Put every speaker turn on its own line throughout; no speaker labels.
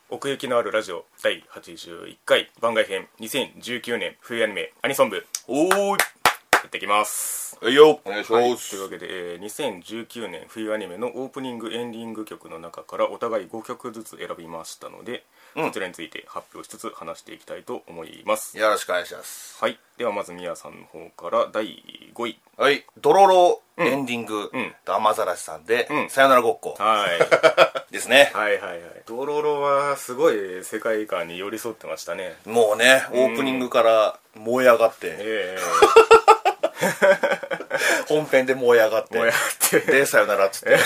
奥行きのあるラジオ第81回番外編2019年冬アニメアニソン部
おーい、
やってきます。
はいよ、お願いします。
というわけで、2019年冬アニメのオープニングエンディング曲の中からお互い5曲ずつ選びましたので、そちらについて発表しつつ話していきたいと思います。
よろしくお願いします。
はい、ではまずみやさんの方から第5位。
はい、ドロロエンディング、雨ざらしさんで、さよならごっこ
はい
ですね。
はいはいはい。ドロロはすごい世界観に寄り添ってましたね。
もうね、オープニングから燃え上がって、本編で燃え上がってでさよならっつって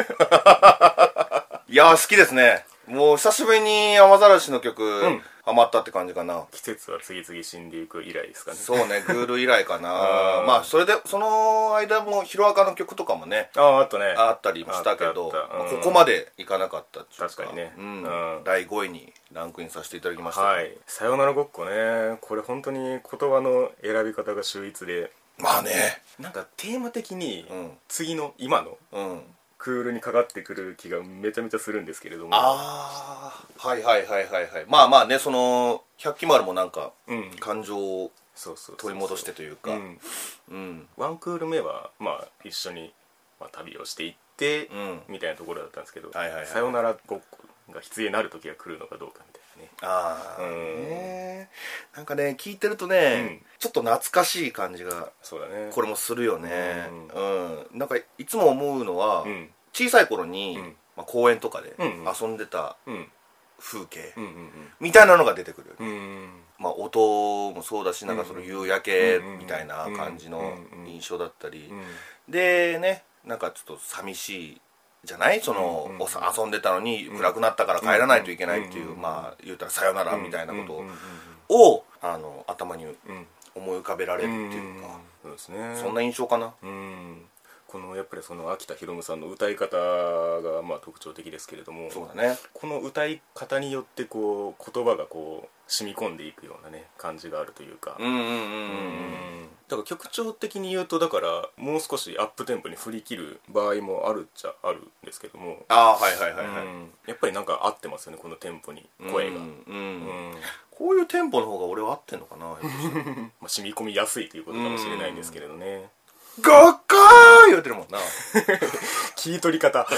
いやー好きですね。もう久しぶりに雨ざらしの曲、ハマったって感じかな。
季節は次々死んでいく以来ですかね。
そうね、グール以来かなまあそれでその間もヒロアカの曲とかもね
あったね、
あったりもしたけど、
あった
ここまでいかなかったっていうか、
確かにね、
第5位にランクインさせていただきました。
はい、さよならごっこね。これ本当に言葉の選び方が秀逸で、
まあね、
なんかテーマ的に次の今のクールにかかってくる気がめちゃめちゃするんですけれども、
ああはいはいはいはいはい、まあまあね、その百鬼丸もなんか感情を取り戻してというか、
ワンクール目はまあ一緒に旅をしていってみたいなところだったんですけど、さよならごっこが必要になる時が来るのかどうかみたいなね。
ああ、ね、なんかね聞いてるとね、ちょっと懐かしい感じが
そうだね、
これもするよね。なんかいつも思うのは、小さい頃に、公園とかで遊んでた風景みたいなのが出てくる。まあ音もそうだし、なんかその夕焼けみたいな感じの印象だったりでね、なんかちょっと寂しいじゃない、その遊んでたのに暗くなったから帰らないといけないっていう、まあ言うたらさよならみたいなことを頭に思い浮かべられるっていうか、
そうですね、
そんな印象かな。
このやっぱりその秋田ひろむさんの歌い方がまあ特徴的ですけれども、
そうだね、
この歌い方によってこう言葉がこう染み込んでいくようなね感じがあるというか、だから曲調的に言うと、だからもう少しアップテンポに振り切る場合もあるっちゃあるんですけども、
はいはいはいはい、
やっぱりなんか合ってますよね、このテンポに声が。
こういうテンポの方が俺は合ってんのかな
染み込みやすいということかもしれないんですけれどね。
ガッカー言うてるもんな
切り取り方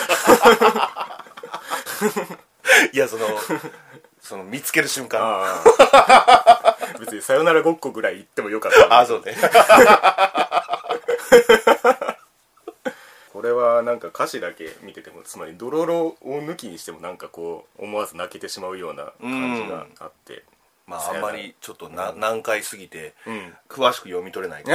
いや、その見つける瞬間
別にさよならごっこぐらい言ってもよかった。
そうね
これはなんか歌詞だけ見てても、つまりドロロを抜きにしてもなんかこう思わず泣けてしまうような感じがあって、
まああんまりちょっと難解すぎて詳しく読み取れない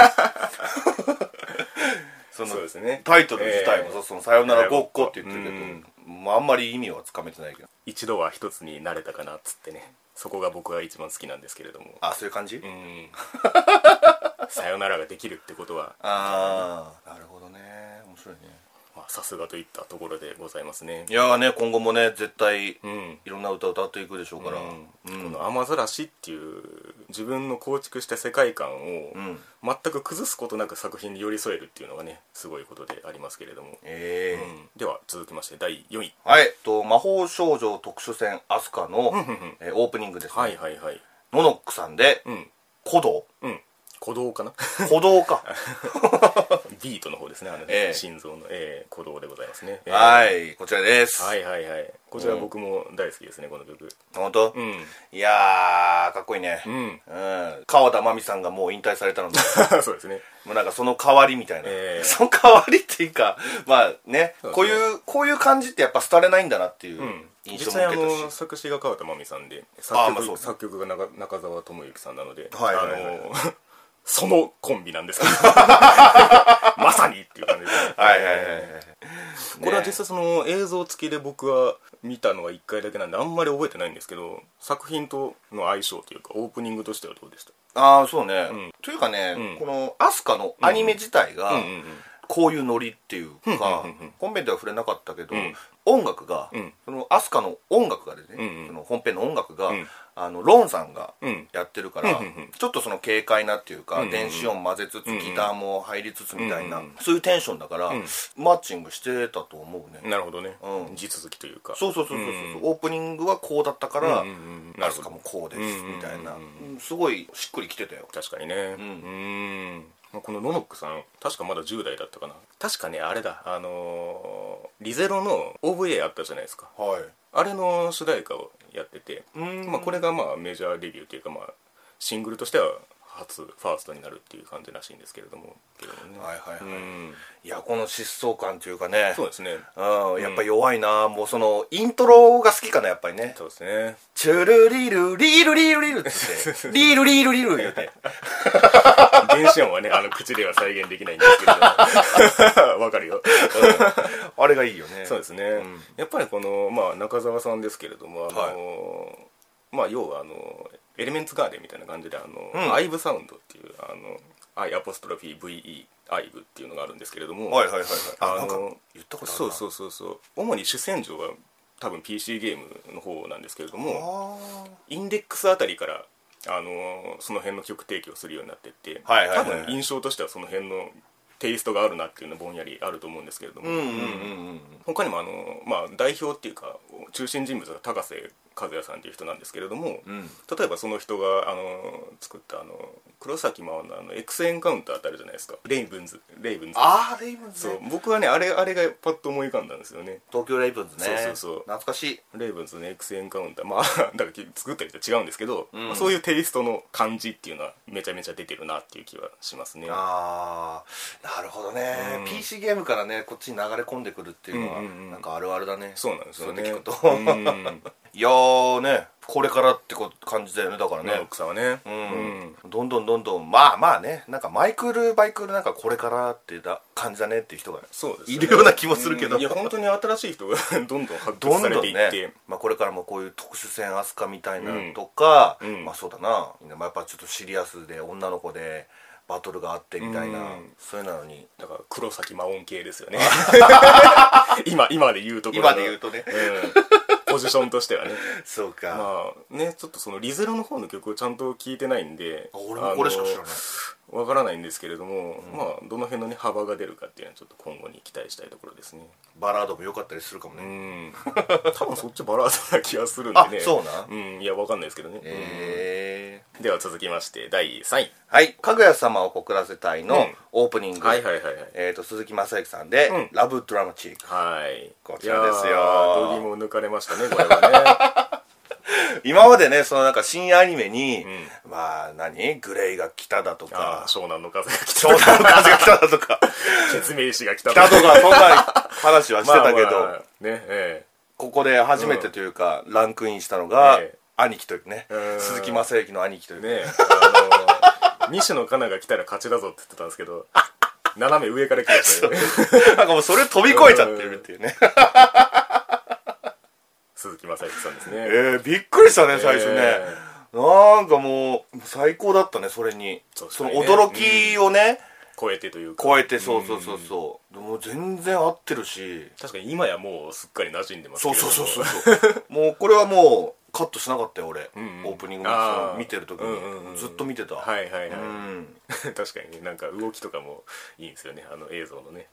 そうですね、
タイトル自体もそのさよならごっこって言ってるけど、あんまり意味はつかめてないけど、
一度は一つになれたかなっつってね、そこが僕が一番好きなんですけれども。
そういう感じ。
さよならができるってことは、
なるほどね、面白いね。
さすがといったところでございますね。
いやね、今後もね絶対いろんな歌を歌っていくでしょうから、
この雨ざらしっていう自分の構築した世界観を全く崩すことなく作品に寄り添えるっていうのがね、すごいことでありますけれども、では続きまして第4位。
魔法少女特殊戦アスカのオープニングですね。ノノックさんで鼓動、
鼓動かな
鼓動か
ビートの方ですね、心臓の鼓動でございますね。
こちらです。
こちら僕も大好きですね、この曲。
本当？いやーかっこいいね。川田真美さんがもう引退されたので
そうですね、
もうなんかその代わりみたいな、その代わりっていうか、まあね、こういう感じってやっぱ廃れないんだなっていう印象も受けたし、
実際作詞が川田真美さんで作曲が中澤智之さんなので、そのコンビなんですけどまさにっていう感じで、これは実際その映像付きで僕は見たのは1回だけなんであんまり覚えてないんですけど、作品との相性というかオープニングとしてはどうでした？
そうね、というかね、このアスカのアニメ自体がこういうノリっていうか、本編では触れなかったけど、 音楽が、そのアスカの音楽がですね、その本編の音楽が、ロンさんがやってるから、ちょっとその軽快なっていうか、電子音混ぜつつ、ギターも入りつつみたいな、そういうテンションだから、マッチングしてたと思うね。
なるほどね。地続きというか。
そうオープニングはこうだったから、アスカもこうですみたいな、すごいしっくりきてたよ。
確かにね。このロノックさん確かまだ10代だったかな。確かねあれだ、リゼロの OVA あったじゃないですか。あれの主題歌をやってて、これがメジャーデビューというか、シングルとしては初ファーストになるっていう感じらしいんですけれども、
いや、この疾走感というかね、
そうですね、
やっぱ弱いな。もうそのイントロが好きかな、やっぱりね。
そうですね。
チュルリルリールリールリールって言ってリールリールリール言うて
電子音はね、口では再現できないんですけどわかるよ
あれがいいよね。
そうですね、やっぱりこの、中澤さんですけれども、要はエレメンツガーデンみたいな感じでアイブサウンドっていうアイアポストロフィー VE アイブっていうのがあるんですけれども、
なんか言ったことあるな。
そう主に主戦場は多分 PC ゲームの方なんですけれども、インデックスあたりからその辺の曲提供するようになってって、多分印象としてはその辺のテイストがあるなっていうのはぼんやりあると思うんですけれども、他にも代表っていうか中心人物が高瀬和也さんっていう人なんですけれども、例えばその人が作った黒崎真央のX エンカウンターってあるじゃないですか。レイブンズ。
レイブンズ、
そう、僕はねあれがパッと思い浮かんだんですよね。
東京レイブンズね。
そう
懐かしい。
レイブンズの X エンカウンター、だから作った人は違うんですけど、そういうテイストの感じっていうのはめちゃめちゃ出てるなっていう気はしますね。
なるほどね、PC ゲームからねこっちに流れ込んでくるっていうのは、なんかあるあるだね。
そうなんですよね。
そうやって聞くといやーね、これからって感じだよね。だからね、
奥さんはね、
どんどんまあね、なんかマイクールバイクールなんかこれからって感じだねっていう人がいるような気もするけど、
いや本当に新しい人がどんどん発掘されていって、
これからもこういう特殊戦アスカみたいなのとか、そうだな、やっぱちょっとシリアスで女の子でバトルがあってみたいな、そういうのに、
だから黒崎真音系ですよね今で言うところ
今で言うとね、
ポジションとしてはね。
そうか。
ちょっとそのリゼロの方の曲をちゃんと聴いてないんで、
俺もこれしか知らない。
わからないんですけれども、どの辺のね幅が出るかっていうのはちょっと今後に期待したいところですね。
バラードも良かったりするかもね。
多分そっちバラードな気がするんでね。
そうな。
いやわかんないですけどね。では続きまして第3位。
はい、かぐや様を告らせたいのオープニング、鈴木雅之さんで、ラブドラマチック。こちらですよ。
度肝抜かれましたねこれはね。
今までね、そのなんか新アニメに、グレイが来ただとか、
湘南の風が来た
だとか、
説明士が来たとか、
そんな話はしてたけど、ここで初めてというか、ランクインしたのが、兄貴というね、鈴木雅之の兄貴というね、
西野カナが来たら勝ちだぞって言ってたんですけど、斜め上から来ましたよね。
なんかもうそれ飛び越えちゃってるっていうね。
鈴木雅之さんですね。
びっくりしたね最初ね。なんかもう最高だったね。それにその驚きをね
超えてというか、
そうもう全然合ってるし、
確かに今やもうすっかり馴染んでますけど、
そうもうこれはもうカットしなかったよ俺。オープニング見てる時にずっと見てた。
確かになんか動きとかもいいんですよね、映像のね。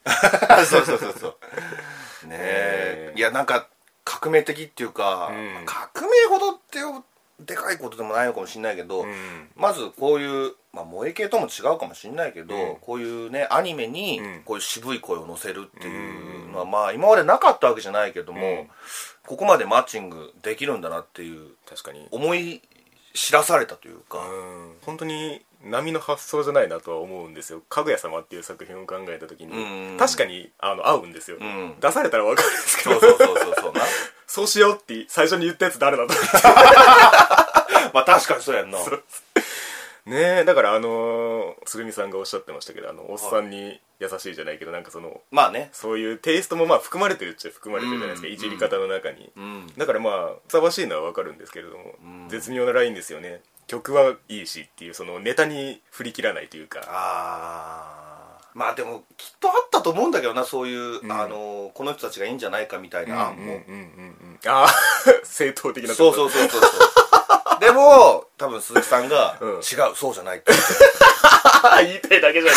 そうねえ、いやなんか革命的っていうか、革命ほどってでかいことでもないのかもしれないけど、まずこういう萌え系とも違うかもしれないけど、こういうねアニメにこういう渋い声を乗せるっていうのは今までなかったわけじゃないけども、ここまでマッチングできるんだなっていう、
確かに
思い知らされたというか、
本当に波の発想じゃないなとは思うんですよ。かぐや様っていう作品を考えた時に、確かに合うんですよ。出されたら分かるんですけど、そうしようって最初に言ったやつ誰だと思って。
確かにそうやんな。
ねえ、だから鶴見さんがおっしゃってましたけど、おっさんに優しいじゃないけど、なんかそのそういうテイストも含まれてるっちゃ含まれてるじゃないですか、いじり方の中に。だからふさわしいのは分かるんですけれども、絶妙なラインですよね。曲はいいしっていう、そのネタに振り切らないというか。
まあでもきっとあったと思うんだけどな、そういう、この人たちがいいんじゃないかみたいな案も、
ああ正当的な
そうでも多分鈴木さんが、違う、そうじゃないって
言いたいだけじゃね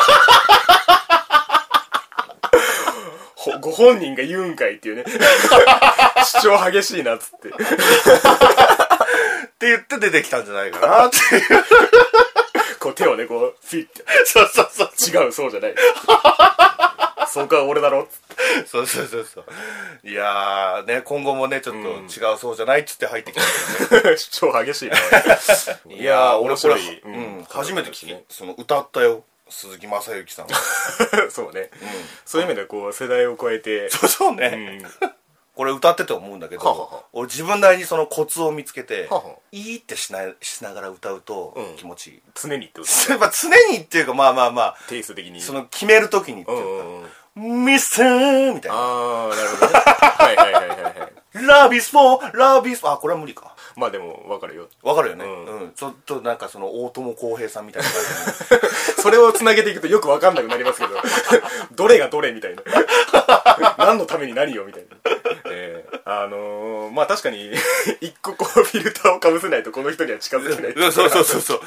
えかご本人が言うんかいっていうね主張激しいなっつって
って言って出てきたんじゃないかなっていう
こう手をねこうフィッて
そう
違う、そうじゃないそうか俺だろっつ
ってそういやーね、今後もねちょっと違う、そうじゃないっつって入ってきた
主張激しいな
いやー俺これ、初めて聞き、その歌ったよ鈴木雅之さん
そうね、そういう意味でこう世代を超えて
そうね、これ歌ってて思うんだけど、俺自分なりにそのコツを見つけて、いいってしながら歌うと気持ちいい、
常にってこと
常にっていうか、まあ
テイスト的に
その決めるときにっていうか、ミスターみたいな、
ああなるほどねはい
Love is for Love is for これは無理か、
まあでも分かるよ
ね、ちょっとなんかその大友康平さんみたいな
それをつなげていくとよく分かんなくなりますけどどれがどれみたいな何のために何をみたいなまあ確かに一個こうフィルターをかぶせないとこの人には近づけない
そう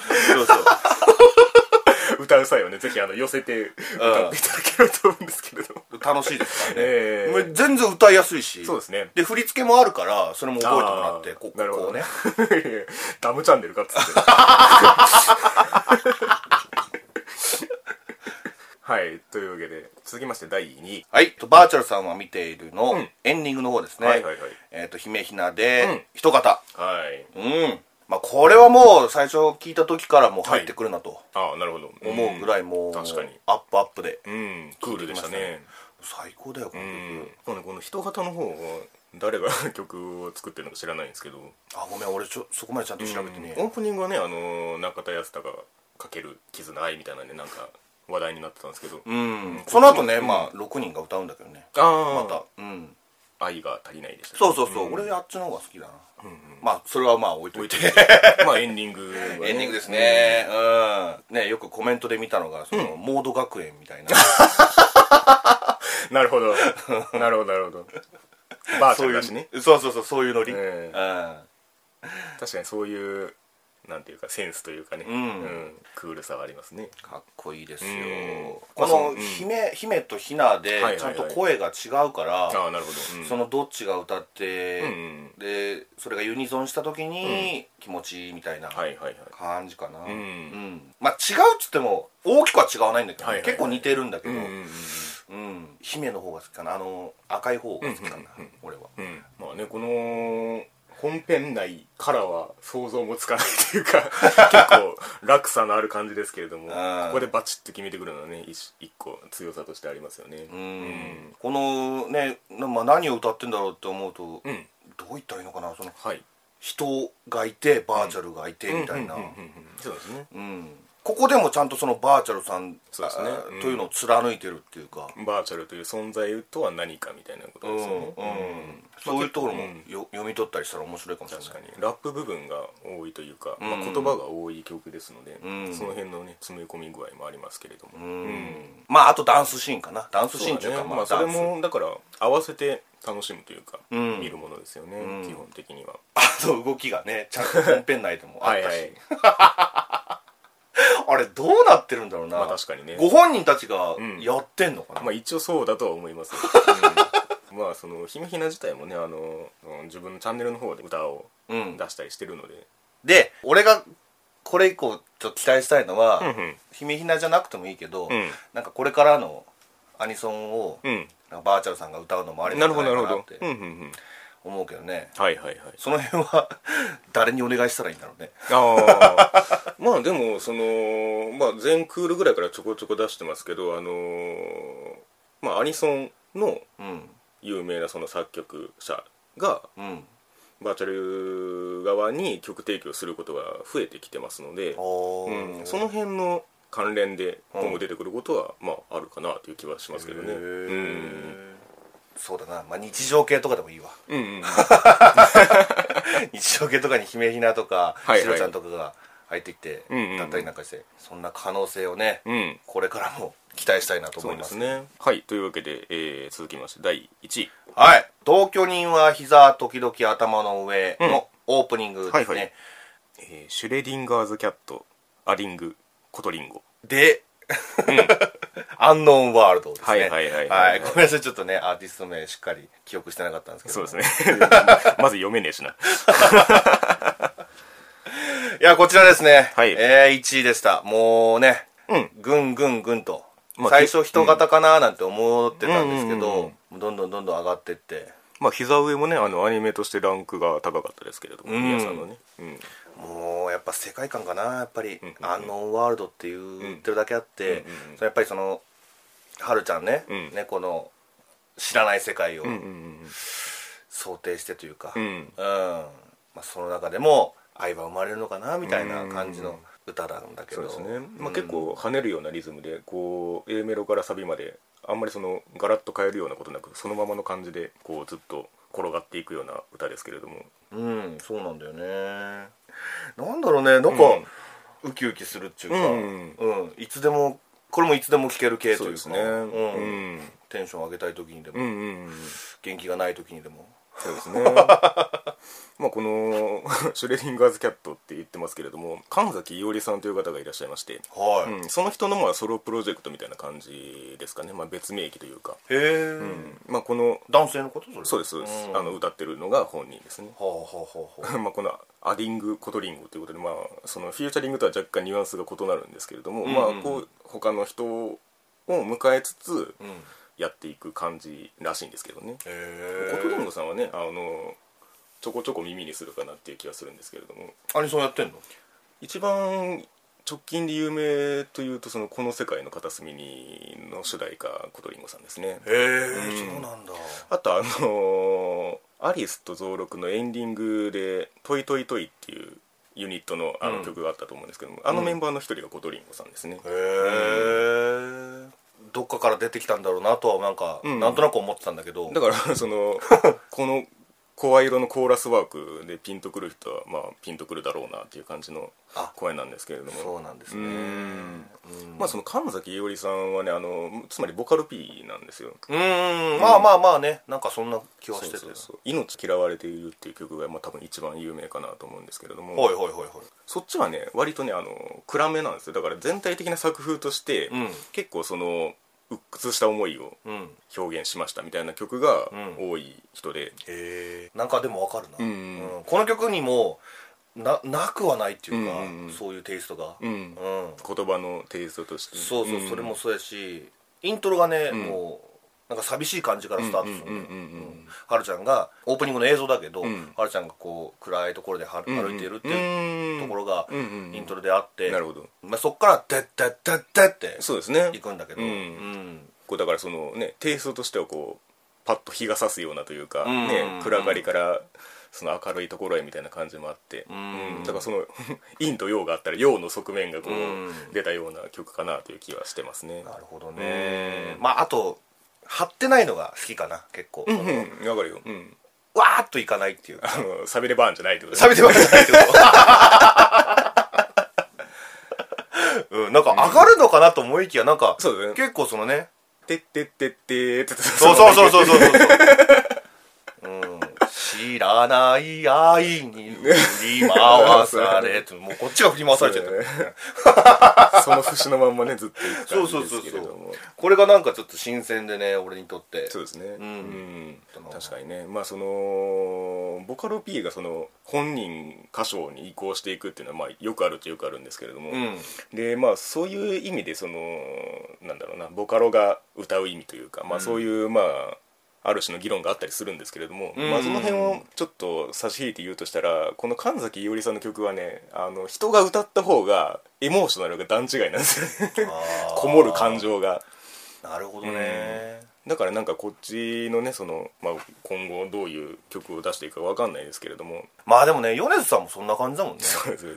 歌う際はねぜひ寄せて歌っていただければと思うんですけれど
楽しいですからね、全然歌いやすいし、
そうですね、
で振り付けもあるからそれも覚えてもらってこうね
ダムチャンネルかっつってはいというわけで続きまして第2位、
はい、バーチャルさんは見ているの、エンディングの方ですね、姫ひなで一方、まあこれはもう最初聞いた時からもう入ってくるなと、
なるほど
思うぐらいもう
確かに
アップで、
クールでしたね、
最高だよこの
曲、この人型の方は誰が曲を作ってるのか知らないんですけど、
ごめん俺そこまでちゃんと調べてね、
オープニングはね中田泰孝がかける絆愛みたいなんでなんか話題になってたんですけど、
その後ね、まあ6人が歌うんだけどね、また
愛が足りないでした、
そう俺あっちの方が好きだな、まあそれはまあ置いといて
まあエンディング
ですね、ねよくコメントで見たのがそのモード学園みたいな
なるほどバーチャルだしね、
そういうノリ、
確かにそういうなんていうかセンスというかね、クールさはありますね。
かっこいいですよ、この姫とひなでちゃんと声が違うから、そのどっちが歌って、でそれがユニゾンした時に気持ちいいみたいな感じかな、まあ違うっつっても大きくは違わないんだけど、結構似てるんだけど、姫の方が好きかな、赤い方が好きかな、俺は。
まあねこの本編内からは想像もつかないというか結構落差のある感じですけれども、ここでバチッと決めてくるのはね一個強さとしてありますよね。
このね、何を歌ってんだろうって思うと、どう言ったらいいのかな、その、人がいてバーチャルがいてみたいな、
そうですね、
ここでもちゃんとそのバーチャルさんというのを貫いてるっていうか、
バーチャルという存在とは何かみたいなことですよね。
そういうところも読み取ったりしたら面白いかもしれない。
確かにラップ部分が多いというか、言葉が多い曲ですので、その辺のね詰め込み具合もありますけれども、
まああとダンスシーンかな、ダンスシーンというか、
まあそれもだから合わせて楽しむというか、見るものですよね、基本的には。
あと動きがねちゃんと本編内でもあったしあれどうなってるんだろうな、
確かにね、
ご本人たちがやってんのかな、
一応そうだとは思いますよまあその姫ひな自体もね自分のチャンネルの方で歌を出したりしてるので、
で俺がこれ以降ちょっと期待したいのは、姫ひなじゃなくてもいいけど、なんかこれからのアニソンを、バーチャルさんが歌うのもありなんじゃないかなって思うけどね。その辺は誰にお願いしたらいいんだろうね。
まあでもその全クールぐらいからちょこちょこ出してますけど、アニソンの有名なその作曲者が、バーチャル側に曲提供することが増えてきてますので、その辺の関連で今後出てくることは、あるかなという気はしますけどね。
そうだな、日常系とかでもいいわ。日常系とかに姫ひなとかシロちゃんとかが入ってきてだったりなんかして、そんな可能性をね、これからも期待したいなと思います。
そうですね。はい、というわけで、続きまして第1位。
はい、同居人は膝時々頭の上のオープニングですね。
シュレディンガーズキャットアリングコトリンゴ
で、アンノーンワールドですね。
はい。
ごめんなさい、ちょっとねアーティスト名しっかり記憶してなかったんですけど。
そうですね。まず読めねえしな。
いや、こちらですね。はい。1位でした。もうね、ぐんと、最初人型かななんて思ってたんですけど、どんどん上がってって。
まあ膝上もね、アニメとしてランクが高かったですけれども、皆さんのね。
もうやっぱ世界観かな、やっぱりアンノーンワールドって言ってるだけあって、やっぱりそのはるちゃんね、この知らない世界を想定してというか、その中でも愛は生まれるのかなみたいな感じの歌なんだけど、
そうですね。結構跳ねるようなリズムで、こう A メロからサビまであんまりそのガラッと変えるようなことなく、そのままの感じでこうずっと転がっていくような歌ですけれども、
そうなんだよね。なんだろうね、なんかウキウキするっていうか、いつでもこれもいつでも聴ける系というか、テンション上げたい時にでも、元気がない時にでも。
そうですね。まあこのシュレディンガーズキャットって言ってますけれども、神崎伊織さんという方がいらっしゃいまして、その人のまあソロプロジェクトみたいな感じですかね。まあ別名義というか。
へえ。
まあこの
男性のこと？
そうです。歌ってるのが本人ですね。まあこのアディングコトリンゴということで、まあそのフューチャリングとは若干ニュアンスが異なるんですけれども、まあこう他の人を迎えつつやっていく感じらしいんですけどね。コトリンゴさんはね、ちょこちょこ耳にするかなっていう気がするんですけれども。
アニソンやってんの？
一番直近で有名というと、そのこの世界の片隅にの主題歌コトリンゴさんですね。
そうなんだ。
あとアリスとゾウロクのエンディングでトイトイトイっていうユニットの曲があったと思うんですけども、メンバーの一人がコトリンゴさんですね。
どっかから出てきたんだろうなとはなんとなく思ってたんだけど、
だからそのこの声色のコーラスワークでピンとくる人はまあピンとくるだろうなっていう感じの声なんですけれども。
そうなんですね。
まあその神崎伊織さんはね、つまりボカル P なんですよ。
まあね、なんかそんな気はしてて、
命嫌われているっていう曲がまあ多分一番有名かなと思うんですけれども、そっちはね割とね暗めなんですよ。だから全体的な作風として、結構その鬱屈した思いを表現しましたみたいな曲が多い人で、
なんかでも分かるな、この曲にもなくはないっていうか、そういうテイストが、
言葉のテイストとして、
そうそれもそうやし、イントロがね、もうなんか寂しい感じからスタートするんで、はるちゃんがオープニングの映像だけど、はるちゃんがこう暗いところで歩いているっていうところがイントロであって、
なるほど。
まあそっから「てってってって」って
そうですね、
いくんだけど、
こうだからそのねテイストとしてはこうパッと日が差すようなというか、暗がりからその明るいところへみたいな感じもあって、だからその陰と陽があったら陽の側面がこう出たような曲かなという気はしてますね。
なるほどね。まああと張ってないのが好きかな、結構。
わかるよ。
わーっといかないっていう、
サビレバーンじゃないってこと。
サビレバーンじゃないってことなんか上がるのかなと思いきや、なんか結構そのね、
てってってってって、
そう知らない愛に振り回されて、もうこっちが振り回されちゃってる、
その節のまんまねずっといく感じですけれども、
これがなんかちょっと新鮮でね、俺にとって。
そうですね。確かにね。まあそのボカロ P がその本人歌唱に移行していくっていうのはまあよくあるっちゃよくあるんですけれども、でまあそういう意味でそのなんだろうな、ボカロが歌う意味というか、まあそういうまあある種の議論があったりするんですけれども、まあその辺をちょっと差し引いて言うとしたら、この神崎伊織さんの曲はね、人が歌った方がエモーショナルが段違いなんですよね。こもる感情が。
なるほどね。
だからなんかこっちのね、そのまあ今後どういう曲を出していくかわかんないですけれども、
まあでもね、米津さんもそんな感じだもんね。
そうです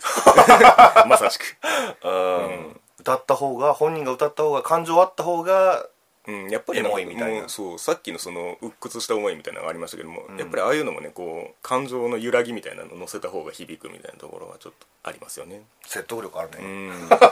まさしく。
歌った方が、本人が歌った方が感情あった方が
やっぱり
エモいみたいな。
そう、さっきのその鬱屈した思いみたいなのがありましたけども、やっぱりああいうのもねこう感情の揺らぎみたいなのを乗せた方が響くみたいなところはちょっとありますよね。
説得力あるね。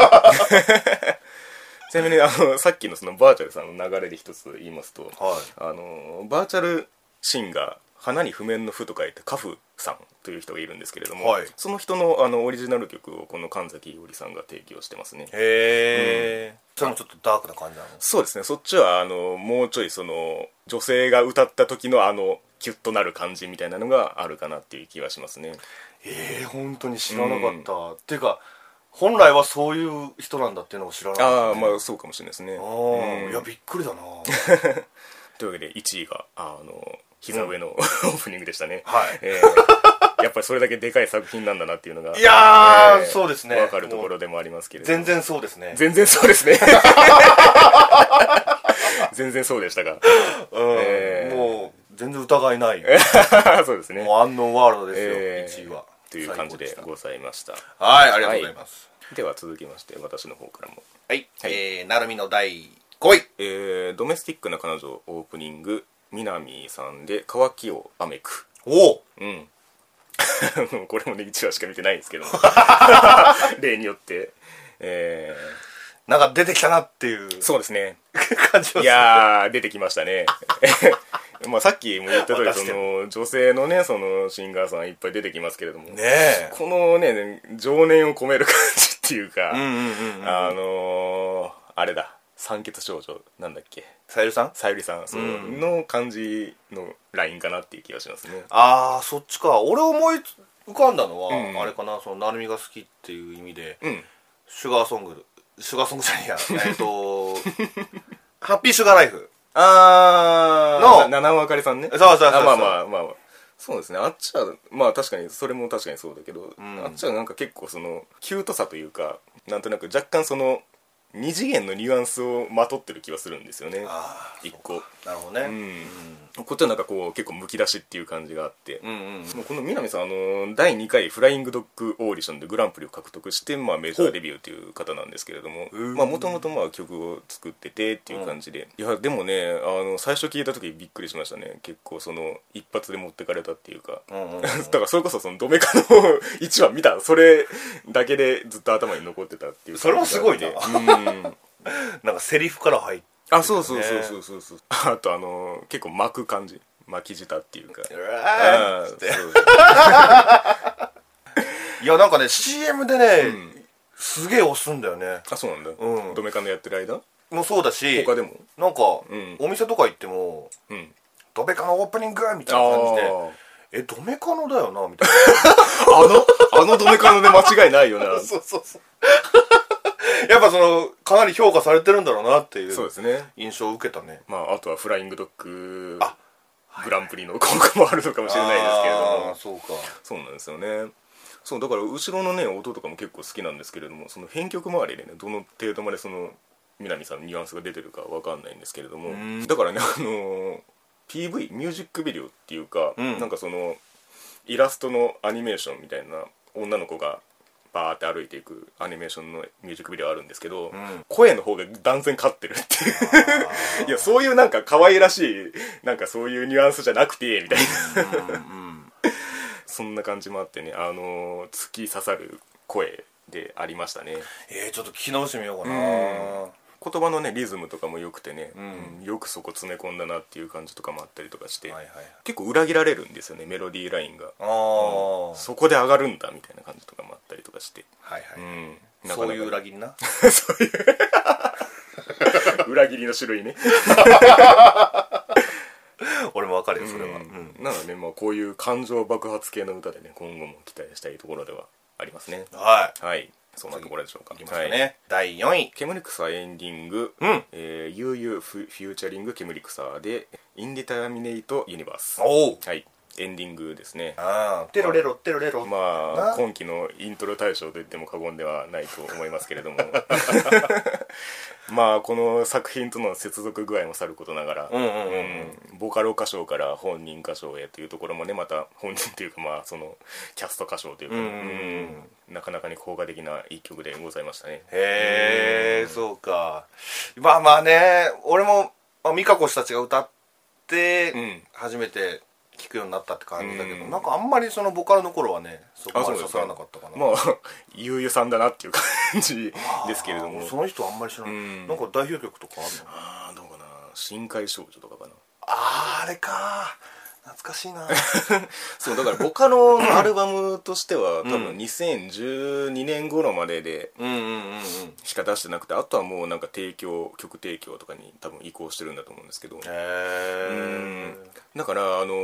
ちなみにさっきのそのバーチャルさんの流れで一つ言いますと、バーチャルシンガー、花に譜面の譜と書いてカフさんという人がいるんですけれども、その人のオリジナル曲をこの神崎伊織さんが提供してますね。
へえ、それもちょっとダークな感じなの？
そうですね、そっちはもうちょいその女性が歌った時のキュッとなる感じみたいなのがあるかなっていう気はしますね。
本当に知らなかった、っていうか本来はそういう人なんだっていうのを知らなかった、ね。
まあそうかもしれないですね。
いやびっくりだな
というわけで1位が膝上のオープニングでしたね。やっぱりそれだけでかい作品なんだなっていうのが、
いやー、そうですね、
分かるところでもありますけれども、
全然そうですね、
全然そうですね全然そうでしたが、
もう全然疑いない
そうですね、
もうアンノンワールドですよ、1位は
という感じでございました。
はい、ありがとうございます。
では続きまして私の方からも、
なるみの第5
位、ドメスティックな彼女オープニング、南さんで乾きを雨く。これもね1話しか見てないんですけども例によって、
なんか出てきたなっていう、
そうですね
感じはする。
いやー出てきましたねまあさっきも言った通り、その女性のねそのシンガーさんいっぱい出てきますけれども、このね情念を込める感じっていうか、あれだ、酸欠少女なんだっけ、さゆりさんの感じのラインかなっていう気がしますね。
そっちか。俺思い浮かんだのは、あれかな、そのなるみが好きっていう意味で、シュガーソングじゃねえやハッピーシュガーライフ
の七尾あかりさんね。
そう
まあそうですね。あっちはまあ確かにそれも確かにそうだけど、あっちはなんか結構そのキュートさというか、なんとなく若干その二次元のニュアンスをまとってる気はするんですよね。一個。
なるほどね。
こっちはなんかこう結構むき出しっていう感じがあって、もうこの南さん第2回フライングドッグオーディションでグランプリを獲得して、まあ、メジャーデビューという方なんですけれども、もともと曲を作っててっていう感じで、いやでもね最初聞いた時びっくりしましたね。結構その一発で持ってかれたっていうか、だからそれこそそのドメカの1話見たそれだけでずっと頭に残ってたっていう。
それもすごいななんかセリフから入って
そうあと結構巻く感じ、巻き舌っていうか、
いやなんかね CM でね、すげえ押すんだよね。
そうなんだ。ドメカのやってる間
もそうだし、
他でも
なんか、お店とか行っても、ドメカのオープニングみたいな感じで、ドメカのだよなみたい
なあのドメカので間違いないよな
そうやっぱそのかなり評価されてるんだろうなっていう印象を受けたね。
あとはフライングドッググランプリの今後もあるのかもしれないですけれども、そうなんですよね。そうだから後ろのね音とかも結構好きなんですけれども、その編曲周りでねどの程度までその南さんのニュアンスが出てるかわかんないんですけれども、だからねPV ミュージックビデオっていうか、なんかそのイラストのアニメーションみたいな女の子がバーって歩いていくアニメーションのミュージックビデオあるんですけど、声の方が断然勝ってるっていういやそういうなんか可愛らしいなんかそういうニュアンスじゃなくてみたいなそんな感じもあってね、突き刺さる声でありましたね。
ちょっと聞き直してみようかな。
言葉のねリズムとかも良くてね、よくそこ詰め込んだなっていう感じとかもあったりとかして、結構裏切られるんですよね、メロディーラインが。そこで上がるんだみたいな感じとかもあったりとかして、
そういう裏切りな
そういう裏切りの種類ね
俺も分かるよそれは。
なのでこういう感情爆発系の歌でね今後も期待したいところではありますね。そんなところでしょうか。
第4位
煙草エンディング、悠々フューチャリング煙草でインディターミネイトユニバース。エンディングですね。
テロレロテロレロ、
今期のイントロ大賞と言っても過言ではないと思いますけれどもこの作品との接続具合もさることながら、ボカロ歌唱から本人歌唱へというところもね、また本人というかそのキャスト歌唱というか、なかなかに効果的な一曲でございましたね。
そうか。ね俺も美香子氏たちが歌って初めて聴くようになったって感じだけど、なんかあんまりそのボカロの頃はねそこまで刺さらなかったかな。
まあゆうゆさんだなっていう感じですけれども、
その人はあんまり知らない。なんか代表曲とか
あるの？どうかな、深海少女とかかな。
あれか懐かしいな
そうだからボカロのアルバムとしては多分2012年頃まででしか出してなくて、あとはもうなんか曲提供とかに多分移行してるんだと思うんですけど、だから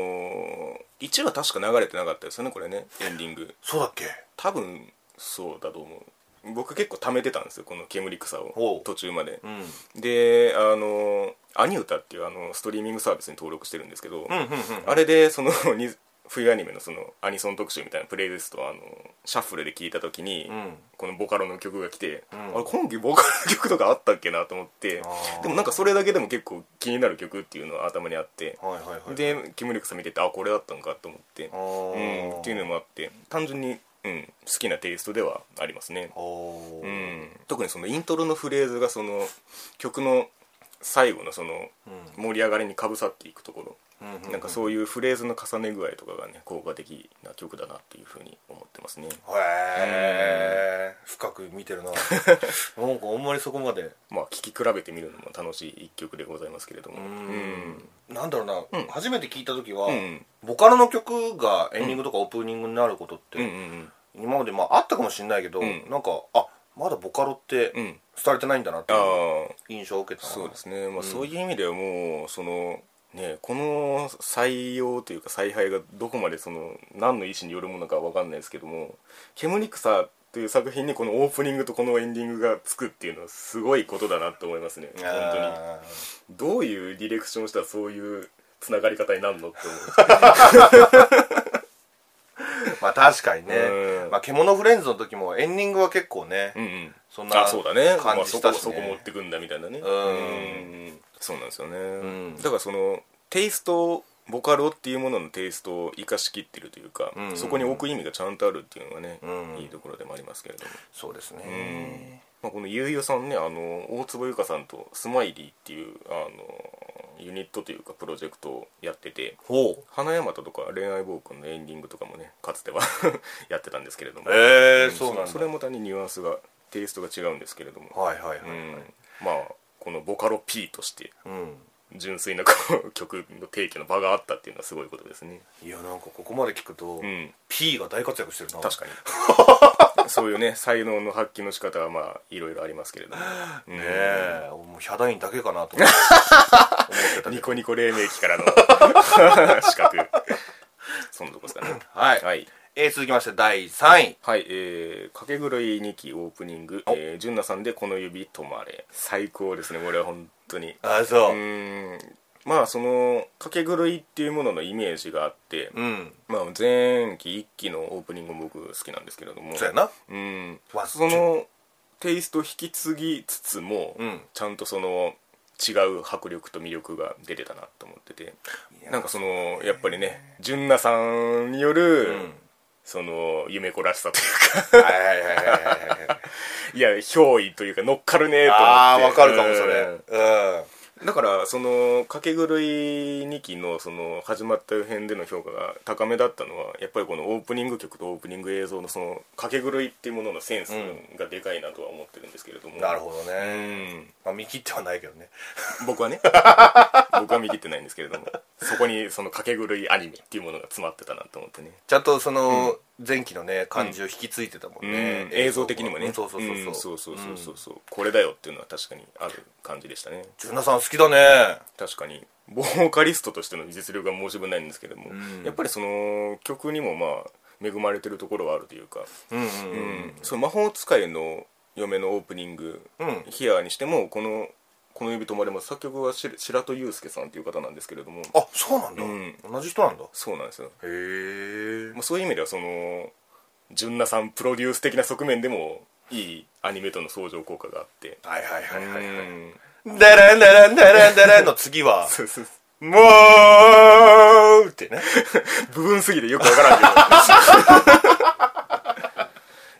1話確か流れてなかったですよねこれね、エンディング。
そうだっけ？
多分そうだと思う。僕結構貯めてたんですよこの煙草を途中まで、でアニュータっていうストリーミングサービスに登録してるんですけど、あれでその冬アニメのそのアニソン特集みたいなプレイリストをシャッフルで聴いた時に、このボカロの曲が来て、あれ今期ボカロの曲とかあったっけなと思って、でもなんかそれだけでも結構気になる曲っていうのは頭にあって、で煙草見ててこれだったのかと思って、っていうのもあって単純に好きなテイストではありますね。特にそのイントロのフレーズがその曲の最後のその盛り上がりにかぶさっていくところ、なんかそういうフレーズの重ね具合とかがね効果的な曲だなっていうふうに思ってますね。へ
え、深く見てるななんかあんまりそこまで
まあ聴き比べてみるのも楽しい一曲でございますけれども、
なんだろうな、初めて聞いた時は、ボカロの曲がエンディングとかオープニングになることって、今までまああったかもしれないけど、なんかまだボカロって伝われてないんだなっていう印象を受けたな。
そうですね、まあ、そういう意味ではもうそのね、この採用というか采配がどこまでその何の意思によるものかは分かんないですけども、煙草という作品にこのオープニングとこのエンディングがつくっていうのはすごいことだなと思いますね。本当にどういうディレクションしたらそういうつながり方になるのって思う
まあ確かにね、まあ、獣フレンズの時もエンディングは結構ね、そんな感じしたしね、
そこ持ってくんだみたいなね、そうなんですよね、だからそのテイスト、ボカロっていうもののテイストを生かしきってるというか、そこに置く意味がちゃんとあるっていうのがね、いいところでもありますけれども。
そうですね、
まあ、このゆうゆさんね、大坪由香さんとスマイリーっていうユニットというかプロジェクトをやってて、花山とか恋愛暴君のエンディングとかもねかつてはやってたんですけれども、
そうなんだ。
それも単にニュアンスがテイストが違うんですけれども、まあこのボカロ P として、純粋な曲の提供の場があったっていうのはすごいことですね。
いやなんかここまで聞くと、P が大活躍してるな。
確かにそういうね才能の発揮の仕方はまあいろいろありますけれども
ねえ、もうヒャダインだけかなと思ってた
ニコニコ黎明期からの資格そのとこですかね。
はい、続きまして第3位、
はい、かけ狂い2期オープニング、純奈さんでこの指止まれ。最高ですねこれは本当に。まあそのかけ狂いっていうもののイメージがあって、まあ前期1期のオープニングも僕好きなんですけれども、
そうやな、
そのテイスト引き継ぎつつも、ちゃんとその違う迫力と魅力が出てたなと思ってて、なんかそのやっぱりね純奈さんによる、その夢子らしさというかいや憑依というか乗っかるねと思って。
わかるかもそれ、
だからそのかけ狂い2期のその始まった辺での評価が高めだったのはやっぱりこのオープニング曲とオープニング映像のそのかけ狂いっていうもののセンスがでかいなとは思ってるんですけれども、
なるほどね、まあ、見切ってはないけどね
僕はね僕は見切ってないんですけれども、そこにそのかけ狂いアニメっていうものが詰まってたなと思ってね、
ちゃんとその前期のね感じを引き継いでたもんね、
映像的にもね、そうこれだよっていうのは確かにある感じでしたね。
純奈さん好きだね。
確かにボーカリストとしての実力が申し分ないんですけれども、やっぱりその曲にもまあ恵まれてるところはあるというか、その魔法使いの嫁のオープニング、ヒアにしてもこの指止まれます作曲は白戸祐介さんという方なんですけれども、
あ、そうなんだ、同じ人なんだ。
そうなんですよ。
へえ。
そういう意味ではその純奈さんプロデュース的な側面でもいいアニメとの相乗効果があって、
ダランダランダランダランの次はもうってね部
分すぎてよくわからんけどだからやっぱり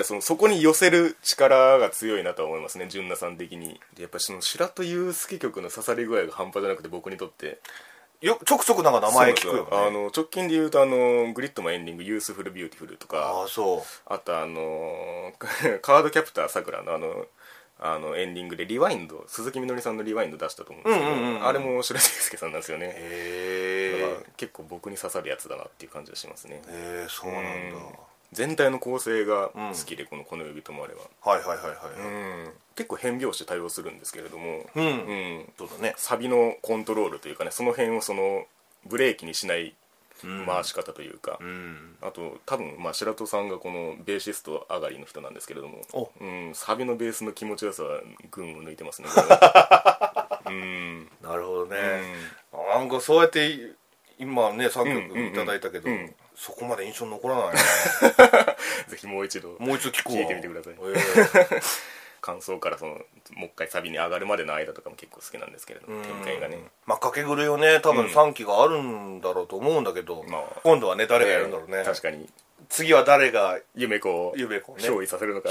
りそこに寄せる力が強いなと思いますね、純奈さん的に。でやっぱりその白戸祐介曲の刺さり具合が半端じゃなくて、僕にとって
ちょくちょくなんか名前聞くよね。
直近で言うとグリッドマンエンディングユースフルビューティフルとか、あとカードキャプターさくらのエンディングでリワインド、鈴木みのりさんのリワインド出したと思うんですけど、あれも白戸祐介さんなんですよね。だから結構僕に刺さるやつだなっていう感じがしますね。
そうなんだ。
全体の構成が好きで、この指ともあれば、結構変拍子多用するんですけれども、
そうだね、
サビのコントロールというかね、その辺をブレーキにしない回し方というか、あと多分白戸さんがこのベーシスト上がりの人なんですけれども、サビのベースの気持ちよさは群を抜いてますね。
なるほどね。なんかそうやって今ね3曲いただいたけど、そこまで印象残らないね。
ぜひもう一度
聞
いてみてください。感想からもう一回サビに上がるまでの間とかも結構好きなんですけれども、展開がね、
掛け狂いをね多分3期があるんだろうと思うんだけど、今度はね誰がやるんだろうね。
確かに
次は誰が
夢子を憑依させるのか、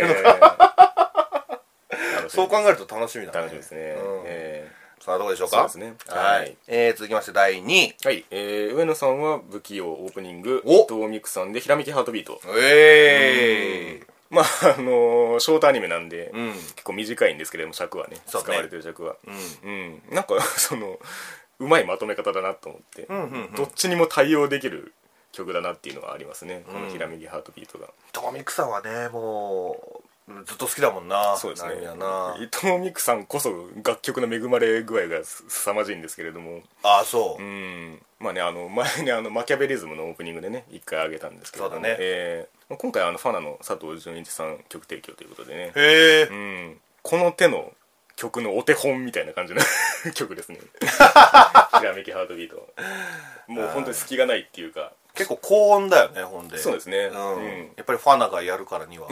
そう考えると楽しみだね。
楽しみですね。
そんなとこでしょうか。
そうですね。
はい。続きまして第2位。
はい。上野さんは不器用オープニング、伊藤美久さんでひらめきハートビート。まあショートアニメなんで、結構短いんですけれども、尺はね、使われてる尺は、なんかうまいまとめ方だなと思って、どっちにも対応できる曲だなっていうのはありますね、このひらめきハートビートが。
伊藤美久さんはね、もうずっと好きだもんな。
そうですね。伊藤美久さんこそ楽曲の恵まれ具合が凄まじいんですけれども。
そう。
まあね、前にマキャベリズムのオープニングでね一回あげたんですけども、
そうだね。
今回ファナの佐藤純一さん曲提供ということでね。
へえ。
この手の曲のお手本みたいな感じの曲ですね。ひらめきハートビート。もう本当に隙がないっていうか。
結構高音だよね、ほんで。
そうですね。
やっぱりファナがやるからには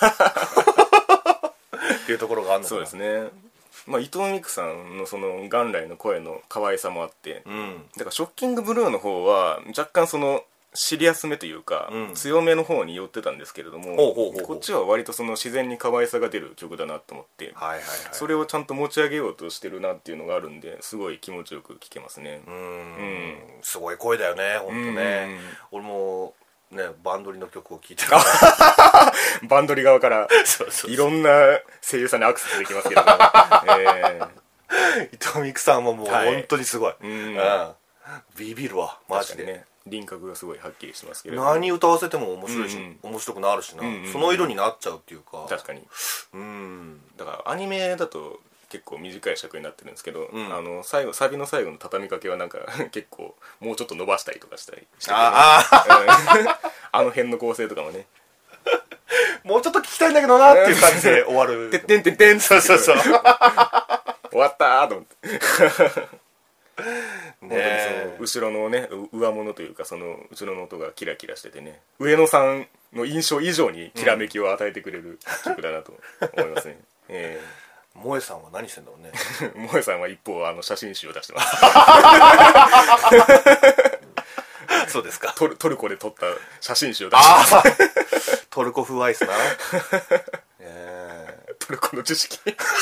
っていうところがあるのかな。
そうですね。伊藤美久さんの元来の声の可愛さもあって、だからショッキングブルーの方は若干シリアスめというか、強めの方に寄ってたんですけれども、こっちは割と自然に可愛さが出る曲だなと思って、それをちゃんと持ち上げようとしてるなっていうのがあるんで、すごい気持ちよく聴けますね。
すごい声だよね、ほんとね。俺もね、バンドリの曲を聴いてる
バンドリ側からいろんな声優さんにアクセスできますけども、
伊藤美久さんももう本当にすごい。ビビるわ、マジでね。
輪郭がすごいはっきりしてますけど、
何歌わせても面白いし、面白くなるしな、その色になっちゃうっていうか。
確かに。だからアニメだと結構短い尺になってるんですけど、サビの最後の畳みかけはなんか結構もうちょっと伸ばしたりとかしたりして、の辺の構成とかもね、
もうちょっと聞きたいんだけどなっていう感じで終わる。
てってんてんてん、
そう終わ
ったーと思って本当に後ろのね上物というか、後ろの音がキラキラしててね、上野さんの印象以上にきらめきを与えてくれる曲だなと思いますね。
萌えさんは何してんだろうね。
萌えさんは一方写真集を出してます。
そうですか。
トルコで撮った写真集を出してます。
トルコ風アイスな。
トルコの知識。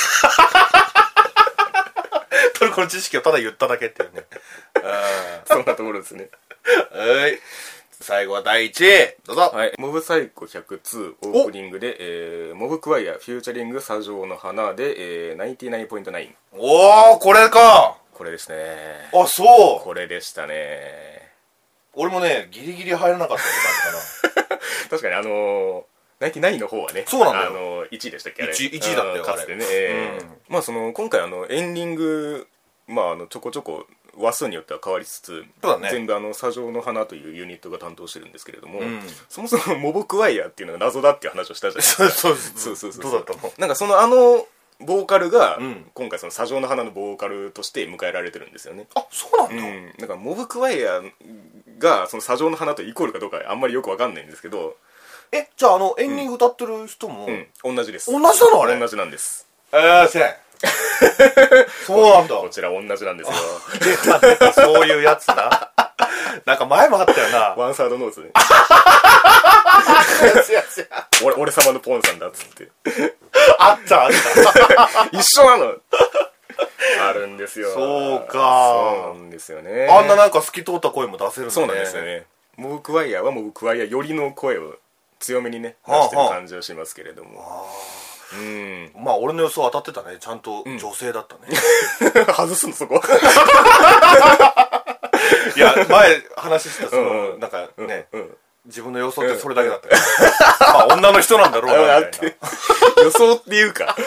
トルコの知識をただ言っただけっていうね。
そんなところですね。
はい。最後は第1位どうぞ。
はい、モブサイコ102オープニングで、モブクワイアフューチャリング砂上の花で、99.9。
おー、これか。
これですね。
そう。
これでしたね。
俺もねギリギリ入らなかったって感
じかな。確かに99の方はね、
そうなんだよ。
1位でしたっけ、あれ。
1位だったよ、
かつてね。まあ今回エンディング、ちょこちょこ話数によっては変わりつつ、全部砂上の花というユニットが担当してるんですけれども、そもそもモブクワイアっていうのが謎だっていう話をしたじゃないですか。
そうどうだったの。
なんかボーカルが、今回砂上の花のボーカルとして迎えられてるんですよね。
そうなんだ。
だからモブクワイアが砂上の花とイコールかどうかあんまりよくわかんないんですけど、
じゃあエンディング歌ってる人も、
同じです。
同じなのあれ。
同じなんです。
そうなんだ。
こちら同じなんですよ。
出たそういうやつな。なんか前もあったよな。
ワンサードノーツね。俺様の
ちゃあった
一緒なのあるんですよ。
そうか。
そうなんですよね。
あんななんか透き通った声も出せるんだね。
そうなんですよね。モブクワイヤーはモブクワイヤーよりの声を強めにね出してる感じはしますけれども、
まあ俺の予想当たってたね。ちゃんと女性だったね、
外すのそこ
いや前話したその、なんかね、自分の予想ってそれだけだったよ、まあ女の人なんだろうなみたい
な予想っていうか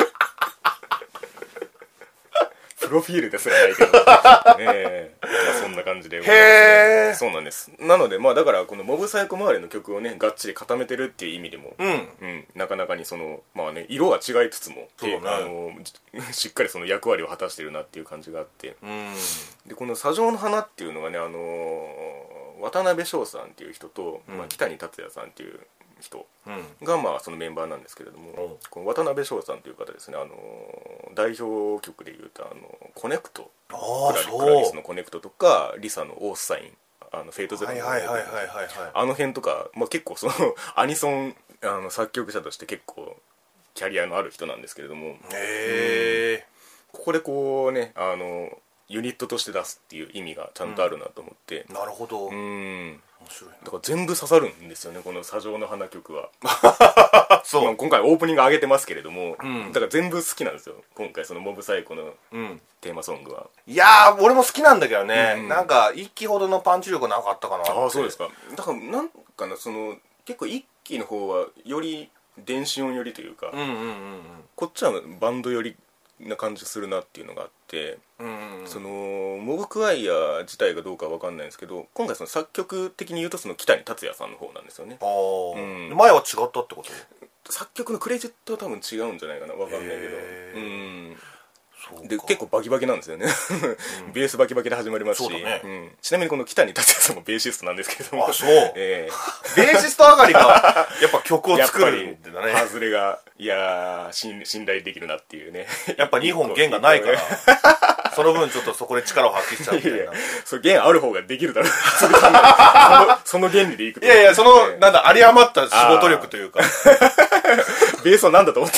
プロフィールですらないけどまあそんな感じで、
へー、
そうなんです。なのでまあだからこのモブサイコ周りの曲をねがっちり固めてるっていう意味でも、なかなかにそのまあね色は違いつつも、しっかりその役割を果たしてるなっていう感じがあって、でこの「砂上の花」っていうのがね渡辺翔さんっていう人と、北谷達也さんっていう人がまあそのメンバーなんですけれども、この渡辺翔さんという方ですね、代表曲でいうとコネクト、クラリスのコネクトとかリサのオースサイン、フェイトゼロのあの辺とか、結構そのアニソン作曲者として結構キャリアのある人なんですけれども、ここでこうねユニットとして出すっていう意味がちゃんとあるなと思って、
なるほど、面白いな。
だから全部刺さるんですよねこの「砂上の花」曲は
そう、
今回オープニング上げてますけれども、だから全部好きなんですよ今回そのモブサイコのテーマソングは。
いやー俺も好きなんだけどね、なんか一期ほどのパンチ力なかったかなって。
ああそうですか。だからなんかな、その結構一期の方はより電子音寄りというか、こっちはバンド寄りな感じするなっていうのがあって、そのモブクワイヤー自体がどうかは分かんないんですけど、今回その作曲的に言うとその北谷達也さんの方なんですよね。
前は違ったってこと？
作曲のクレジットは多分違うんじゃないかな、分かんないけど、で結構バキバキなんですよねベースバキバキで始まりますし、ちなみにこの北谷達也さんもベーシストなんですけれども、
そう、ベーシスト上がりがやっぱ曲を作るんだね。
ハズレがいや信頼できるなっていうね
やっぱ2本弦がないからその分ちょっとそこで力を発揮しちゃうみたいな。
それ弦ある方ができるだろうその原理でいくと、
いやいやそのなんだ有り余った仕事力というか
ベースは何だと思って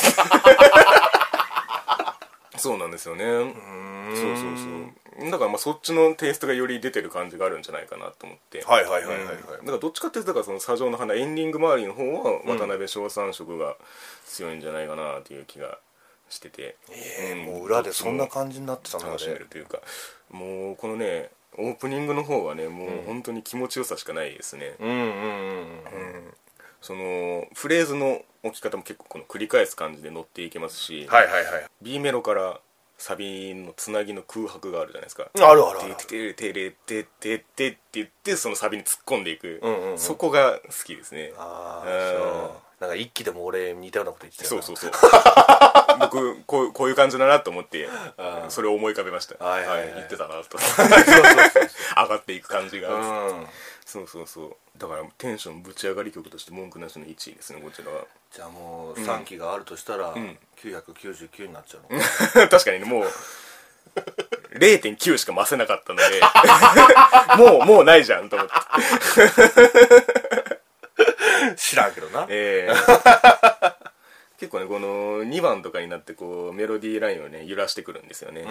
そうなんですよね。そうだからまあそっちのテイストがより出てる感じがあるんじゃないかなと思って、だからどっちかっていうとその砂上の花エンディング周りの方は渡辺翔さん色が強いんじゃないかなという気がしてて、
もう裏でそんな感じになってたので
楽しめるというか、もうこのねオープニングの方はねもう本当に気持ちよさしかないですね。そのフレーズの置き方も結構この繰り返す感じで乗っていけますし、B メロからサビのつなぎの空白があるじゃないですか。
あるあるある。
テテレテテテって言ってそのサビに突っ込んでいく、そこが好きですね。
なんか一期でも俺似たようなこと言ってたよな。
そう僕こういう感じだなと思ってそれを思い浮かべました。言ってたなと上がっていく感じが、そうだからテンションぶち上がり曲として文句なしの1位ですねこちらは。
じゃあもう3期があるとしたら999になっちゃう
の確かにねもう0.9 しか増せなかったのでもうないじゃんと思って
知らんけどな。
結構ねこの2番とかになってこうメロディーラインをね揺らしてくるんですよね。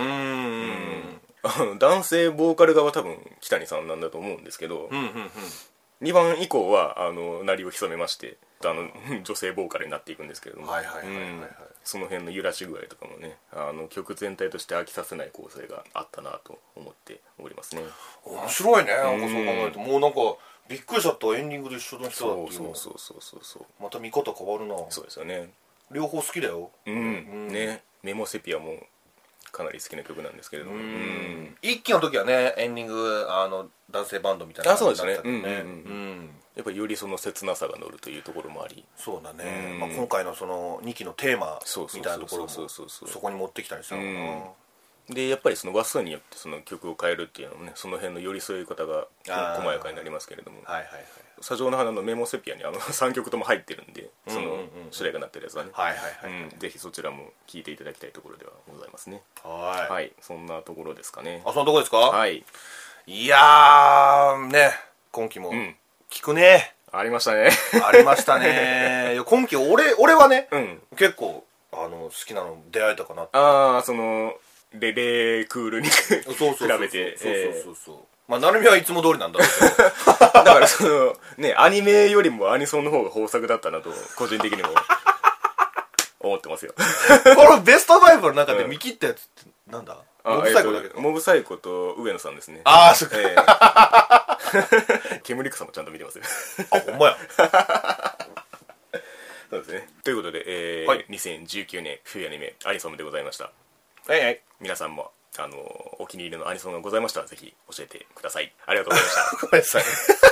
男性ボーカル側は多分北谷さんなんだと思うんですけど、2番以降は鳴りを潜めまして女性ボーカルになっていくんですけれども、その辺の揺らし具合とかもね曲全体として飽きさせない構成があったなと思っておりますね。
面白いね。なんかそう考えるともうなんかびっくりしちゃった。エンディングで一緒の人だっていうの。そうまた見方変わるな。
そうですよね。
両方好きだよ。
ねメモセピアもかなり好きな曲なんですけれども、
一期の時はねエンディング男性バンドみたいな
感じだったけどね。やっぱりよりその切なさが乗るというところもあり、
そうだね。今回のその2期のテーマみたいなところもそこに持ってきたりしたのかな。
でやっぱりその話数によってその曲を変えるっていうのもねその辺の寄り添い方が細やかになりますけれども、砂上の花のメモセピアに3曲とも入ってるんで、その主題歌になってるやつはね、ぜひそちらも聴いていただきたいところではございますね。そんなところですかね。
そんなところですか。いやーね今期も聞くね。
ありましたね
ありましたね。今期俺はね結構好きなの出会えたかなって。
ああ、そのレレクールに比べて。
そうまあ成海はいつも通りなんだろうけ
どだからそのね、アニメよりもアニソンの方が豊作だったなと個人的にも思ってますよ。
このベスト5の中で見切ったやつってなんだ？モブサイコだけど。
モブサイコと上野さんですね。
ああ、そっか。
煙草もちゃんと見てますよ。
あ、ほんまや。
そうですね。ということで、2019年冬アニメアニソンでございました。
はいはい。
皆さんもお気に入りのアニソンがございましたらぜひ教えてください。ありがとうございました。
ごめんなさい。